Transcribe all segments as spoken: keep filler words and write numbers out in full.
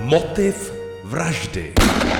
Motiv vraždy.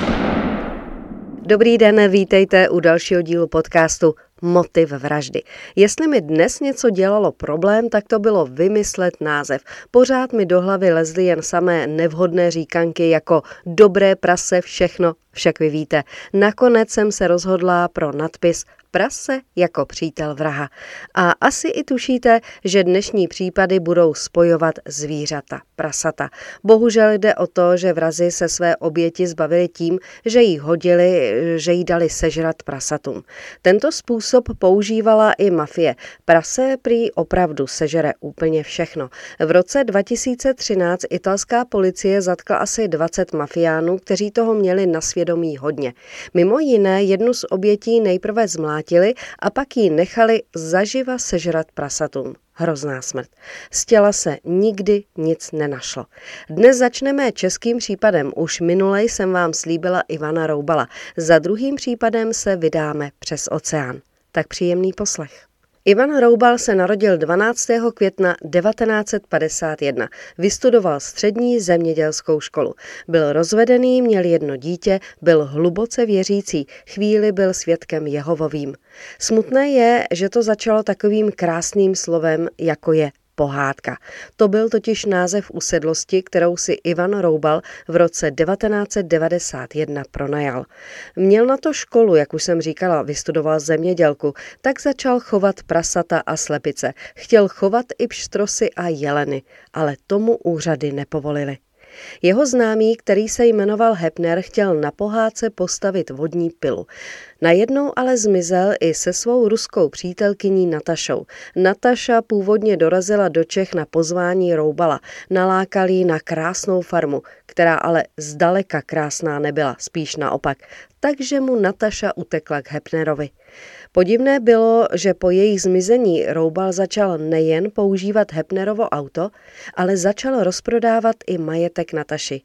Dobrý den, vítejte u dalšího dílu podcastu Motiv vraždy. Jestli mi dnes něco dělalo problém, tak to bylo vymyslet název. Pořád mi do hlavy lezly jen samé nevhodné říkanky jako dobré prase, všechno, však vy víte. Nakonec jsem se rozhodla pro nadpis Prase jako přítel vraha. A asi i tušíte, že dnešní případy budou spojovat zvířata, prasata. Bohužel jde o to, že vrazi se své oběti zbavili tím, že jí hodili, že jí dali sežrat prasatům. Tento způsob používala i mafie. Prase prý opravdu sežere úplně všechno. V roce dva tisíce třináct italská policie zatkla asi dvacet mafiánů, kteří toho měli na svědomí hodně. Mimo jiné jednu z obětí nejprve zmlátili a pak ji nechali zaživa sežrat prasatům. Hrozná smrt. Z těla se nikdy nic nenašlo. Dnes začneme českým případem. Už minule jsem vám slíbila Ivana Roubala. Za druhým případem se vydáme přes oceán. Tak příjemný poslech. Ivan Roubal se narodil dvanáctého května devatenáct set padesát jedna. Vystudoval střední zemědělskou školu. Byl rozvedený, měl jedno dítě, byl hluboce věřící, chvíli byl svědkem Jehovovým. Smutné je, že to začalo takovým krásným slovem, jako je pohádka. To byl totiž název usedlosti, kterou si Ivan Roubal v roce devatenáct set devadesát jedna pronajal. Měl na to školu, jak už jsem říkala, vystudoval zemědělku, tak začal chovat prasata a slepice. Chtěl chovat i pštrosy a jeleny, ale tomu úřady nepovolily. Jeho známý, který se jmenoval Hepner, chtěl na pohádce postavit vodní pilu. Najednou ale zmizel i se svou ruskou přítelkyní Natašou. Nataša původně dorazila do Čech na pozvání Roubala. Nalákal ji na krásnou farmu, která ale zdaleka krásná nebyla, spíš naopak. Takže mu Nataša utekla k Hepnerovi. Podivné bylo, že po jejich zmizení Roubal začal nejen používat Hepnerovo auto, ale začal rozprodávat i majetek Nataši.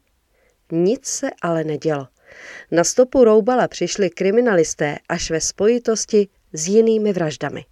Nic se ale nedělo. Na stopu Roubala přišli kriminalisté až ve spojitosti s jinými vraždami.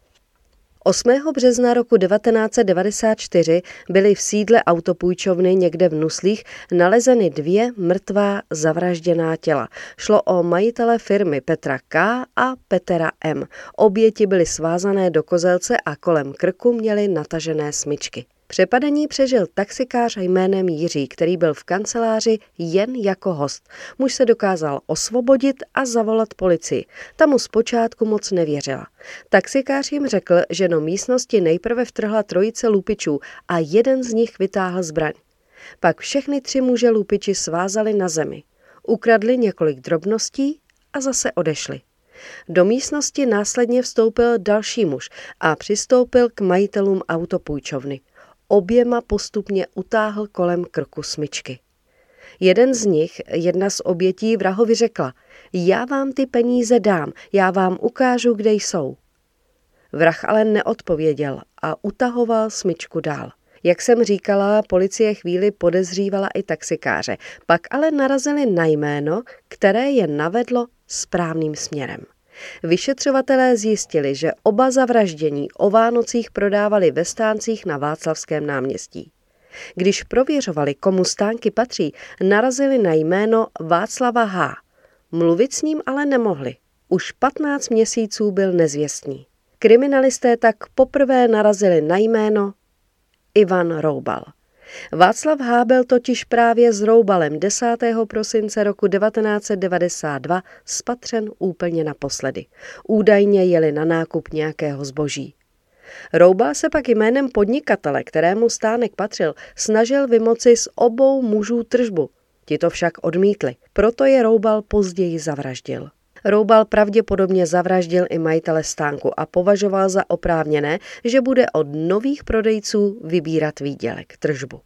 osmého března roku devatenáct set devadesát čtyři byly v sídle autopůjčovny někde v Nuslích nalezeny dvě mrtvá zavražděná těla. Šlo o majitele firmy Petra K. a Petra M. Oběti byly svázané do kozelce a kolem krku měly natažené smyčky. Přepadení přežil taxikář jménem Jiří, který byl v kanceláři jen jako host. Muž se dokázal osvobodit a zavolat policii. Ta mu zpočátku moc nevěřila. Taxikář jim řekl, že do místnosti nejprve vtrhla trojice lupičů a jeden z nich vytáhl zbraň. Pak všechny tři muže lupiči svázali na zemi. Ukradli několik drobností a zase odešli. Do místnosti následně vstoupil další muž a přistoupil k majitelům autopůjčovny. Oběma postupně utáhl kolem krku smyčky. Jeden z nich, jedna z obětí vrahovi řekla, já vám ty peníze dám, já vám ukážu, kde jsou. Vrah ale neodpověděl a utahoval smyčku dál. Jak jsem říkala, policie chvíli podezřívala i taxikáře, pak ale narazili na jméno, které je navedlo správným směrem. Vyšetřovatelé zjistili, že oba zavraždění o Vánocích prodávali ve stáncích na Václavském náměstí. Když prověřovali, komu stánky patří, narazili na jméno Václava H. Mluvit s ním ale nemohli. Už patnáct měsíců byl nezvěstný. Kriminalisté tak poprvé narazili na jméno Ivan Roubal. Václav H. byl totiž právě s Roubalem desátého prosince roku devatenáct set devadesát dva spatřen úplně naposledy. Údajně jeli na nákup nějakého zboží. Roubal se pak jménem podnikatele, kterému stánek patřil, snažil vymoci z obou mužů tržbu. Ti to však odmítli, proto je Roubal později zavraždil. Roubal pravděpodobně zavraždil i majitele stánku a považoval za oprávněné, že bude od nových prodejců vybírat výdělek, tržbu.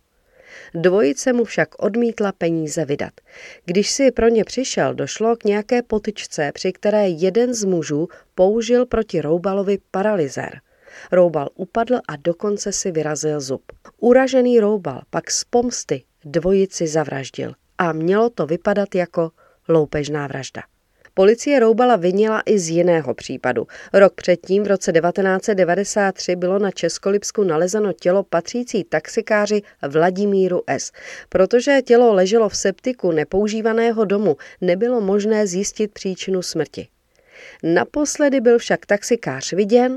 Dvojice mu však odmítla peníze vydat. Když si pro ně přišel, došlo k nějaké potyčce, při které jeden z mužů použil proti Roubalovi paralyzér. Roubal upadl a dokonce si vyrazil zub. Uražený Roubal pak z pomsty dvojici zavraždil a mělo to vypadat jako loupežná vražda. Policie Roubala vinila i z jiného případu. Rok předtím, v roce devatenáct set devadesát tři, bylo na Českolipsku nalezeno tělo patřící taxikáři Vladimíru S. Protože tělo leželo v septiku nepoužívaného domu, nebylo možné zjistit příčinu smrti. Naposledy byl však taxikář viděn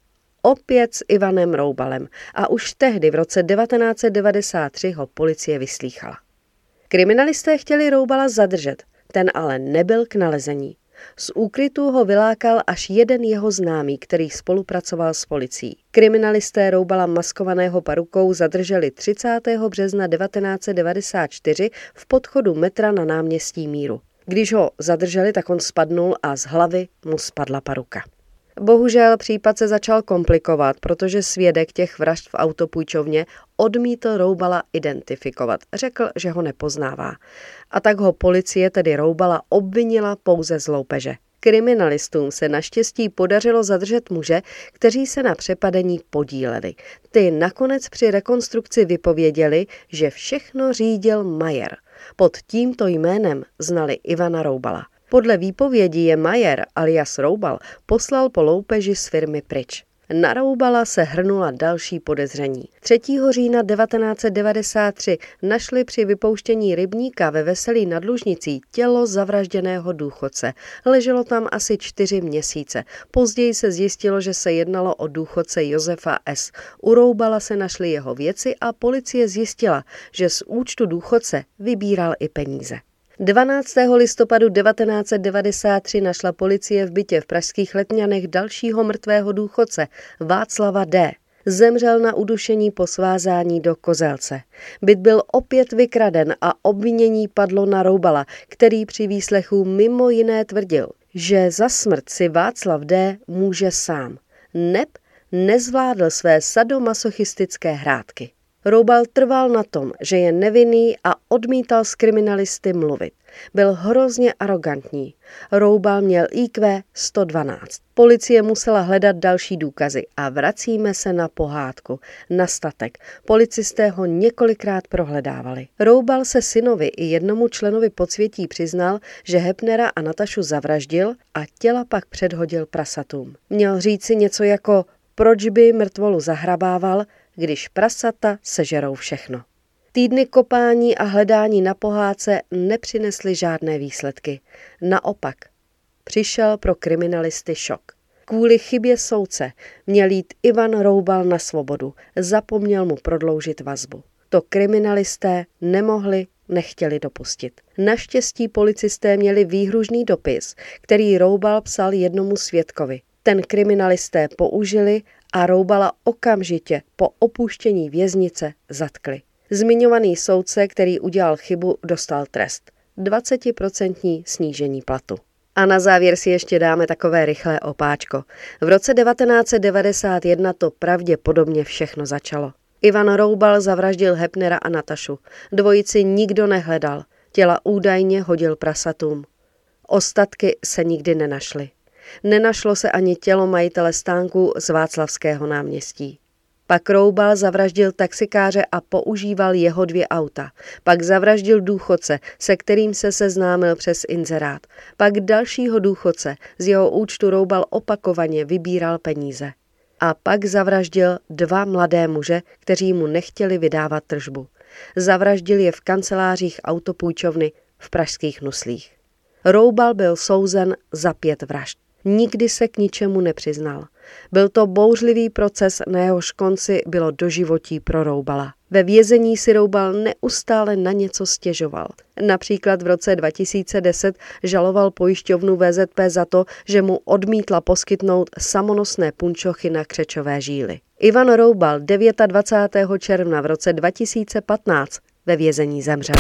opět s Ivanem Roubalem a už tehdy v roce devatenáct set devadesát tři ho policie vyslýchala. Kriminalisté chtěli Roubala zadržet, ten ale nebyl k nalezení. Z úkrytu ho vylákal až jeden jeho známý, který spolupracoval s policií. Kriminalisté Roubala maskovaného parukou zadrželi třicátého března devatenáct set devadesát čtyři v podchodu metra na náměstí Míru. Když ho zadrželi, tak on spadnul a z hlavy mu spadla paruka. Bohužel případ se začal komplikovat, protože svědek těch vražd v autopůjčovně odmítl Roubala identifikovat. Řekl, že ho nepoznává. A tak ho policie, tedy Roubala, obvinila pouze z loupeže. Kriminalistům se naštěstí podařilo zadržet muže, kteří se na přepadení podíleli. Ty nakonec při rekonstrukci vypověděli, že všechno řídil Majer. Pod tímto jménem znali Ivana Roubala. Podle výpovědí je Majer alias Roubal poslal po loupeži z firmy pryč. Na Roubala se hrnula další podezření. třetího října devatenáct set devadesát tři našli při vypouštění rybníka ve Veselí nad Lužnicí tělo zavražděného důchodce. Leželo tam asi čtyři měsíce. Později se zjistilo, že se jednalo o důchodce Josefa S. U Roubala se našly jeho věci a policie zjistila, že z účtu důchodce vybíral i peníze. dvanáctého listopadu devatenáct set devadesát tři našla policie v bytě v pražských Letňanech dalšího mrtvého důchodce, Václava D. Zemřel na udušení po svázání do kozelce. Byt byl opět vykraden a obvinění padlo na Roubala, který při výslechu mimo jiné tvrdil, že za smrt si Václav D. může sám. Neb nezvládl své sadomasochistické hrátky. Roubal trval na tom, že je nevinný a odmítal s kriminalisty mluvit. Byl hrozně arrogantní. Roubal měl í kvé sto dvanáct. Policie musela hledat další důkazy a vracíme se na pohádku, na statek. Policisté ho několikrát prohledávali. Roubal se synovi i jednomu členovi podsvětí přiznal, že Hepnera a Natašu zavraždil a těla pak předhodil prasatům. Měl říci něco jako, proč by mrtvolu zahrabával, když prasata sežerou všechno. Týdny kopání a hledání na pohádce nepřinesly žádné výsledky. Naopak, přišel pro kriminalisty šok. Kvůli chybě soudce měl jít Ivan Roubal na svobodu, zapomněl mu prodloužit vazbu. To kriminalisté nemohli, nechtěli dopustit. Naštěstí policisté měli výhružný dopis, který Roubal psal jednomu svědkovi. Ten kriminalisté použili a Roubala okamžitě po opuštění věznice zatkli. Zmiňovaný soudce, který udělal chybu, dostal trest. dvacetiprocentní snížení platu. A na závěr si ještě dáme takové rychlé opáčko. V roce devatenáct set devadesát jedna to pravděpodobně všechno začalo. Ivan Roubal zavraždil Hepnera a Natašu. Dvojici nikdo nehledal. Těla údajně hodil prasatům. Ostatky se nikdy nenašly. Nenašlo se ani tělo majitele stánku z Václavského náměstí. Pak Roubal zavraždil taxikáře a používal jeho dvě auta. Pak zavraždil důchodce, se kterým se seznámil přes inzerát. Pak dalšího důchodce, z jeho účtu Roubal opakovaně vybíral peníze. A pak zavraždil dva mladé muže, kteří mu nechtěli vydávat tržbu. Zavraždil je v kancelářích autopůjčovny v pražských Nuslích. Roubal byl souzen za pět vražd. Nikdy se k ničemu nepřiznal. Byl to bouřlivý proces, na jehož konci bylo doživotí pro Roubala. Ve vězení si Roubal neustále na něco stěžoval. Například v roce dva tisíce deset žaloval pojišťovnu vé zet pé za to, že mu odmítla poskytnout samonosné punčochy na křečové žíly. Ivan Roubal dvacátého devátého června v roce dva tisíce patnáct ve vězení zemřel.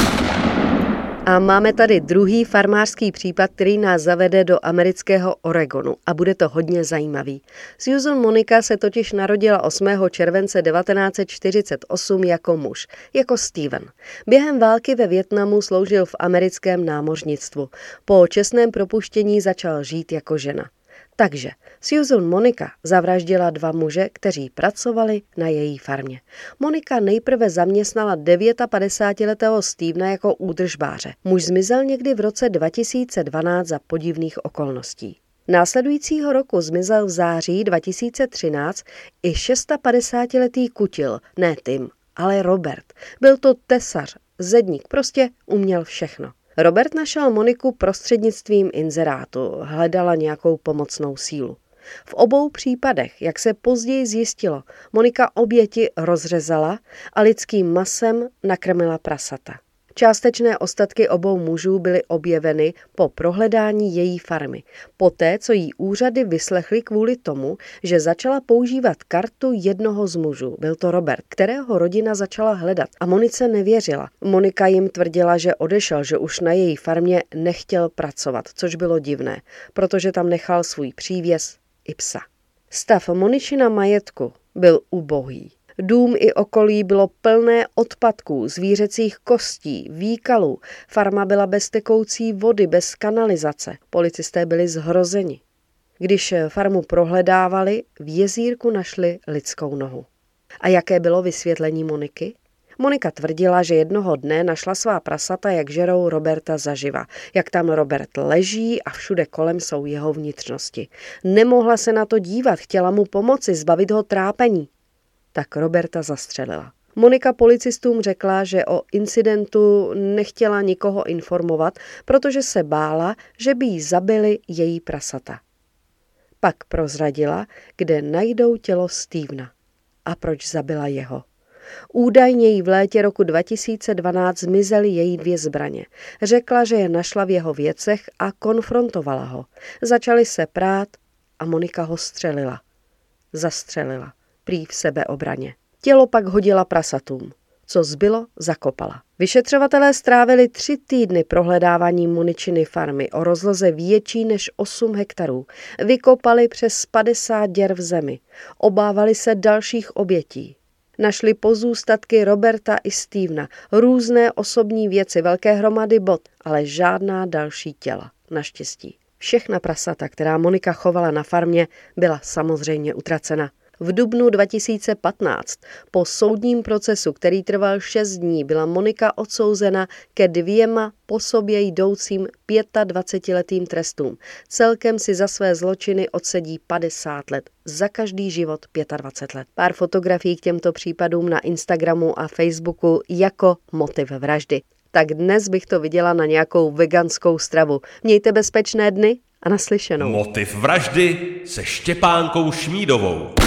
A máme tady druhý farmářský případ, který nás zavede do amerického Oregonu a bude to hodně zajímavý. Susan Monica se totiž narodila osmého července devatenáct set čtyřicet osm jako muž, jako Steven. Během války ve Vietnamu sloužil v americkém námořnictvu. Po čestném propuštění začal žít jako žena. Takže Susan Monika zavraždila dva muže, kteří pracovali na její farmě. Monika nejprve zaměstnala padesátdevítiletého Stevena jako údržbáře. Muž zmizel někdy v roce dva tisíce dvanáct za podivných okolností. Následujícího roku zmizel v září dva tisíce třináct i padesátšestiletý kutil, ne Tim, ale Robert. Byl to tesař, zedník, prostě uměl všechno. Robert našel Moniku prostřednictvím inzerátu, hledala nějakou pomocnou sílu. V obou případech, jak se později zjistilo, Monika oběti rozřezala a lidským masem nakrmila prasata. Částečné ostatky obou mužů byly objeveny po prohledání její farmy, poté co jí úřady vyslechly kvůli tomu, že začala používat kartu jednoho z mužů. Byl to Robert, kterého rodina začala hledat a Monice nevěřila. Monika jim tvrdila, že odešel, že už na její farmě nechtěl pracovat, což bylo divné, protože tam nechal svůj přívěs i psa. Stav Moničina majetku byl ubohý. Dům i okolí bylo plné odpadků, zvířecích kostí, výkalů. Farma byla bez tekoucí vody, bez kanalizace. Policisté byli zhrozeni. Když farmu prohledávali, v jezírku našli lidskou nohu. A jaké bylo vysvětlení Moniky? Monika tvrdila, že jednoho dne našla svá prasata, jak žerou Roberta zaživa, jak tam Robert leží a všude kolem jsou jeho vnitřnosti. Nemohla se na to dívat, chtěla mu pomoci, zbavit ho trápení. Tak Roberta zastřelila. Monika policistům řekla, že o incidentu nechtěla nikoho informovat, protože se bála, že by jí zabili její prasata. Pak prozradila, kde najdou tělo Stevena a proč zabila jeho. Údajně jí v létě roku dva tisíce dvanáct zmizely její dvě zbraně. Řekla, že je našla v jeho věcech a konfrontovala ho. Začali se prát a Monika ho střelila. Zastřelila. Prý v sebeobraně. Tělo pak hodila prasatům. Co zbylo, zakopala. Vyšetřovatelé strávili tři týdny prohledáváním Moničiny farmy o rozloze větší než osm hektarů. Vykopali přes padesát děr v zemi. Obávali se dalších obětí. Našli pozůstatky Roberta i Stevena, různé osobní věci, velké hromady bot, ale žádná další těla. Naštěstí. Všechna prasata, která Monika chovala na farmě, byla samozřejmě utracena. V dubnu dva tisíce patnáct po soudním procesu, který trval šest dní, byla Monika odsouzena ke dvěma po sobě jdoucím dvacetiletým trestům. Celkem si za své zločiny odsedí padesát let. Za každý život dvacet pět let. Pár fotografií k těmto případům na Instagramu a Facebooku jako motiv vraždy. Tak dnes bych to viděla na nějakou veganskou stravu. Mějte bezpečné dny a naslyšenou. Motiv vraždy se Štěpánkou Šmídovou.